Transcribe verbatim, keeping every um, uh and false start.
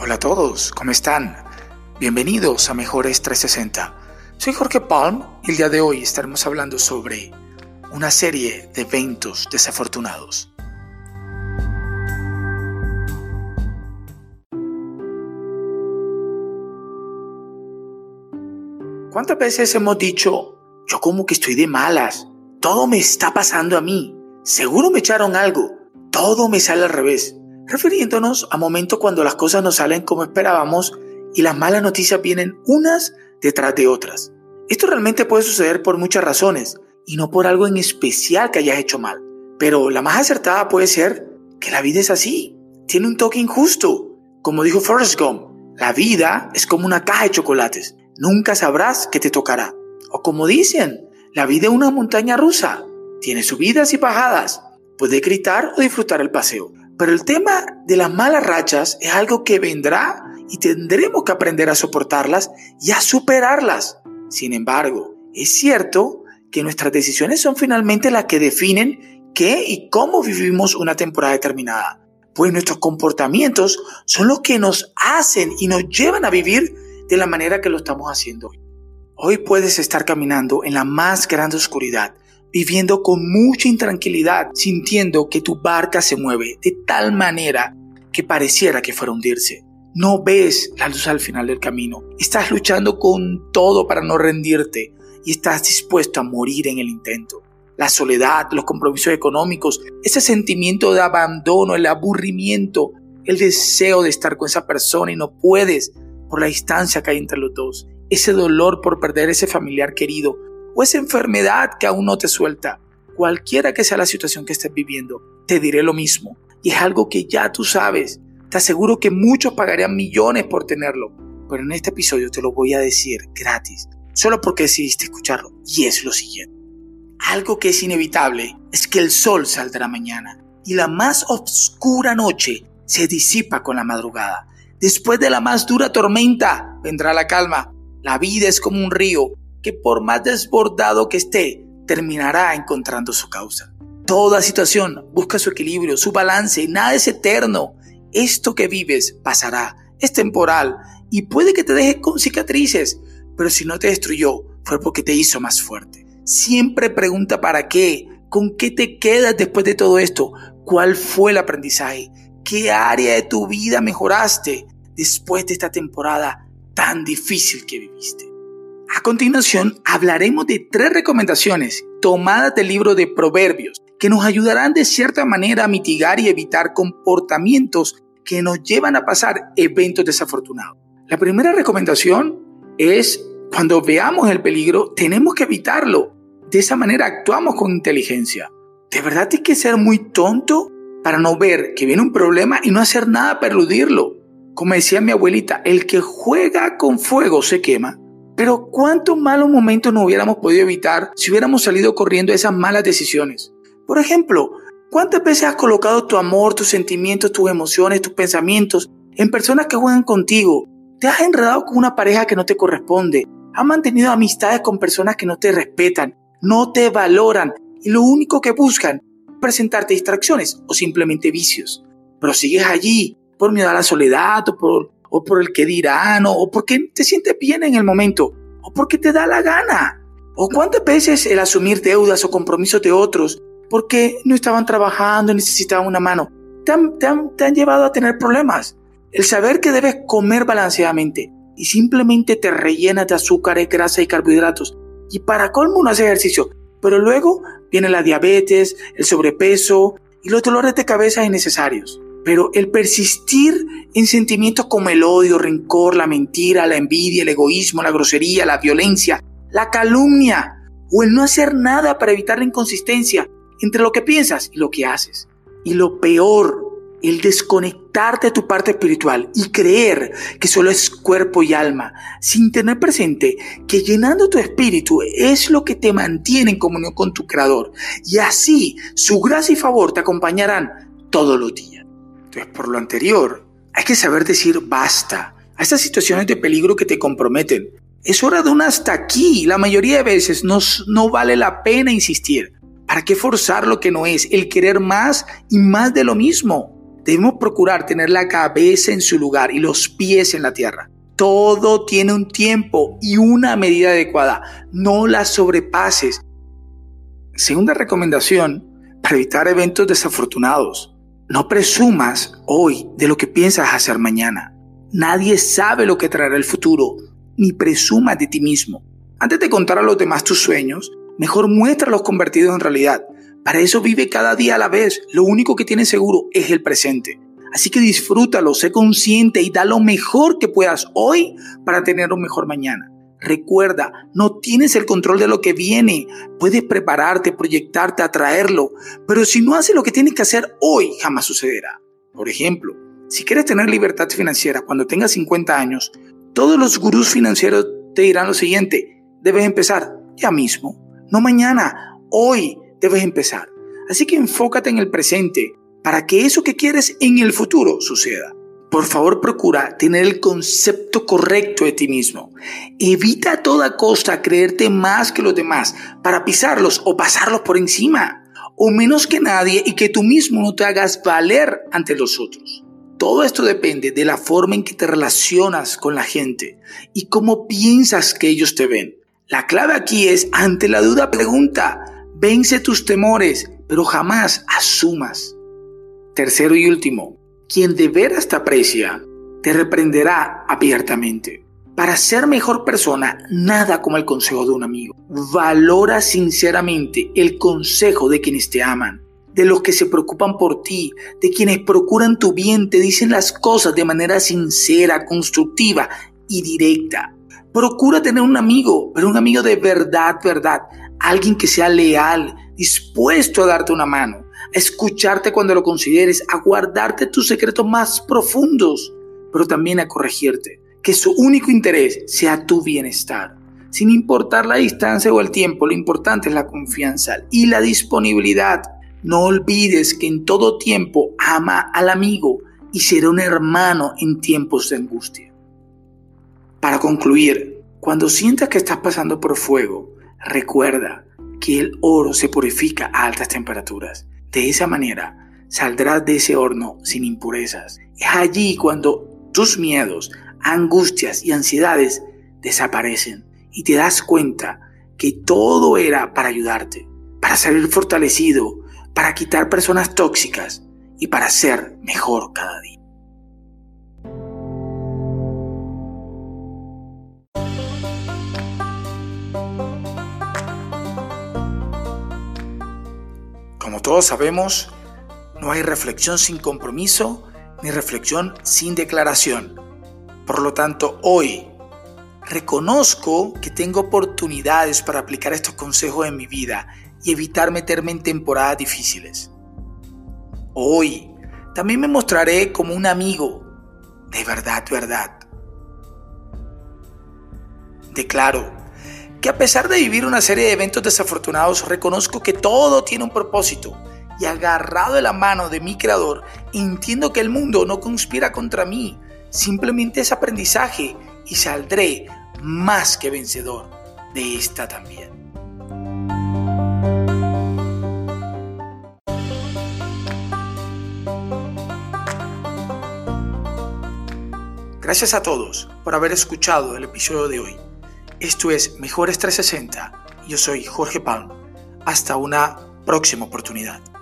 Hola a todos, ¿cómo están? Bienvenidos a Mejores trescientos sesenta. Soy Jorge Palm y el día de hoy estaremos hablando sobre una serie de eventos desafortunados. ¿Cuántas veces hemos dicho, yo como que estoy de malas, todo me está pasando a mí, seguro me echaron algo, todo me sale al revés? Refiriéndonos a momentos cuando las cosas no salen como esperábamos y las malas noticias vienen unas detrás de otras. Esto realmente puede suceder por muchas razones y no por algo en especial que hayas hecho mal. Pero la más acertada puede ser que la vida es así, tiene un toque injusto. Como dijo Forrest Gump, la vida es como una caja de chocolates, nunca sabrás qué te tocará. O como dicen, la vida es una montaña rusa, tiene subidas y bajadas, puedes gritar o disfrutar el paseo. Pero el tema de las malas rachas es algo que vendrá y tendremos que aprender a soportarlas y a superarlas. Sin embargo, es cierto que nuestras decisiones son finalmente las que definen qué y cómo vivimos una temporada determinada. Pues nuestros comportamientos son los que nos hacen y nos llevan a vivir de la manera que lo estamos haciendo hoy. Hoy puedes estar caminando en la más grande oscuridad, viviendo con mucha intranquilidad, sintiendo que tu barca se mueve de tal manera que pareciera que fuera a hundirse. No ves la luz al final del camino. Estás luchando con todo para no rendirte y estás dispuesto a morir en el intento. La soledad, los compromisos económicos, ese sentimiento de abandono, el aburrimiento, el deseo de estar con esa persona y no puedes por la distancia que hay entre los dos. Ese dolor por perder ese familiar querido o esa enfermedad que aún no te suelta. Cualquiera que sea la situación que estés viviendo, te diré lo mismo. Y es algo que ya tú sabes. Te aseguro que muchos pagarían millones por tenerlo. Pero en este episodio te lo voy a decir gratis, solo porque decidiste escucharlo. Y es lo siguiente. Algo que es inevitable es que el sol saldrá mañana y la más oscura noche se disipa con la madrugada. Después de la más dura tormenta vendrá la calma. La vida es como un río que por más desbordado que esté, terminará encontrando su causa. Toda situación busca su equilibrio, su balance, nada es eterno. Esto que vives pasará, es temporal y puede que te deje con cicatrices, pero si no te destruyó, fue porque te hizo más fuerte. Siempre pregunta para qué, con qué te quedas después de todo esto, cuál fue el aprendizaje, qué área de tu vida mejoraste después de esta temporada tan difícil que viviste. A continuación, hablaremos de tres recomendaciones tomadas del libro de Proverbios que nos ayudarán de cierta manera a mitigar y evitar comportamientos que nos llevan a pasar eventos desafortunados. La primera recomendación es, cuando veamos el peligro, tenemos que evitarlo. De esa manera actuamos con inteligencia. ¿De verdad hay que ser muy tonto para no ver que viene un problema y no hacer nada para eludirlo? Como decía mi abuelita, el que juega con fuego se quema. Pero ¿cuántos malos momentos no hubiéramos podido evitar si hubiéramos salido corriendo de esas malas decisiones? Por ejemplo, ¿cuántas veces has colocado tu amor, tus sentimientos, tus emociones, tus pensamientos en personas que juegan contigo? ¿Te has enredado con una pareja que no te corresponde? ¿Has mantenido amistades con personas que no te respetan, no te valoran y lo único que buscan es presentarte distracciones o simplemente vicios? Pero sigues allí por miedo a la soledad o por... o por el que dirán, o porque te sientes bien en el momento, o porque te da la gana. O cuántas veces el asumir deudas o compromisos de otros porque no estaban trabajando y necesitaban una mano, te han, te han, te han llevado a tener problemas. El saber que debes comer balanceadamente y simplemente te rellenas de azúcares, grasa y carbohidratos, y para colmo no haces ejercicio, pero luego viene la diabetes, el sobrepeso y los dolores de cabeza innecesarios. Pero el persistir en sentimientos como el odio, rencor, la mentira, la envidia, el egoísmo, la grosería, la violencia, la calumnia o el no hacer nada para evitar la inconsistencia entre lo que piensas y lo que haces. Y lo peor, el desconectarte de tu parte espiritual y creer que solo es cuerpo y alma, sin tener presente que llenando tu espíritu es lo que te mantiene en comunión con tu Creador. Y así su gracia y favor te acompañarán todos los días. Entonces, por lo anterior, hay que saber decir basta a estas situaciones de peligro que te comprometen. Es hora de un hasta aquí. La mayoría de veces no, no vale la pena insistir. ¿Para qué forzar lo que no es? El querer más y más de lo mismo. debemos procurar tener la cabeza en su lugar y los pies en la tierra. Todo tiene un tiempo y una medida adecuada. No la sobrepases. Segunda recomendación, para evitar eventos desafortunados. No presumas hoy de lo que piensas hacer mañana. Nadie sabe lo que traerá el futuro, ni presumas de ti mismo. Antes de contar a los demás tus sueños, mejor muéstralos convertidos en realidad. Para eso vive cada día a la vez. Lo único que tienes seguro es el presente. Así que disfrútalo, sé consciente y da lo mejor que puedas hoy para tener un mejor mañana. Recuerda, no tienes el control de lo que viene. Puedes prepararte, proyectarte, atraerlo. Pero si no haces lo que tienes que hacer hoy, jamás sucederá. Por ejemplo, si quieres tener libertad financiera cuando tengas cincuenta años, todos los gurús financieros te dirán lo siguiente: debes empezar ya mismo, no mañana, hoy debes empezar. Así que enfócate en el presente para que eso que quieres en el futuro suceda. Por favor, procura tener el concepto correcto de ti mismo. Evita a toda costa creerte más que los demás para pisarlos o pasarlos por encima, o menos que nadie, y que tú mismo no te hagas valer ante los otros. Todo esto depende de la forma en que te relacionas con la gente y cómo piensas que ellos te ven. La clave aquí es, ante la duda, pregunta, vence tus temores, pero jamás asumas. Tercero y último, quien de veras te aprecia, te reprenderá abiertamente. Para ser mejor persona, nada como el consejo de un amigo. Valora sinceramente el consejo de quienes te aman, de los que se preocupan por ti, de quienes procuran tu bien, te dicen las cosas de manera sincera, constructiva y directa. Procura tener un amigo, pero un amigo de verdad, verdad. Alguien que sea leal, dispuesto a darte una mano, a escucharte cuando lo consideres, a guardarte tus secretos más profundos, pero también a corregirte. Que su único interés sea tu bienestar. Sin importar la distancia o el tiempo, lo importante es la confianza y la disponibilidad. No olvides que en todo tiempo ama al amigo y será un hermano en tiempos de angustia. Para concluir, cuando sientas que estás pasando por fuego, recuerda que el oro se purifica a altas temperaturas. De esa manera, saldrás de ese horno sin impurezas. Es allí cuando tus miedos, angustias y ansiedades desaparecen y te das cuenta que todo era para ayudarte, para salir fortalecido, para quitar personas tóxicas y para ser mejor cada día. Como todos sabemos, no hay reflexión sin compromiso ni reflexión sin declaración. Por lo tanto, hoy reconozco que tengo oportunidades para aplicar estos consejos en mi vida y evitar meterme en temporadas difíciles. Hoy también me mostraré como un amigo de verdad, verdad. Declaro que a pesar de vivir una serie de eventos desafortunados, reconozco que todo tiene un propósito y agarrado de la mano de mi Creador, entiendo que el mundo no conspira contra mí, simplemente es aprendizaje y saldré más que vencedor de esta también. Gracias a todos por haber escuchado el episodio de hoy. Esto es Mejores trescientos sesenta. Yo soy Jorge Palm. Hasta una próxima oportunidad.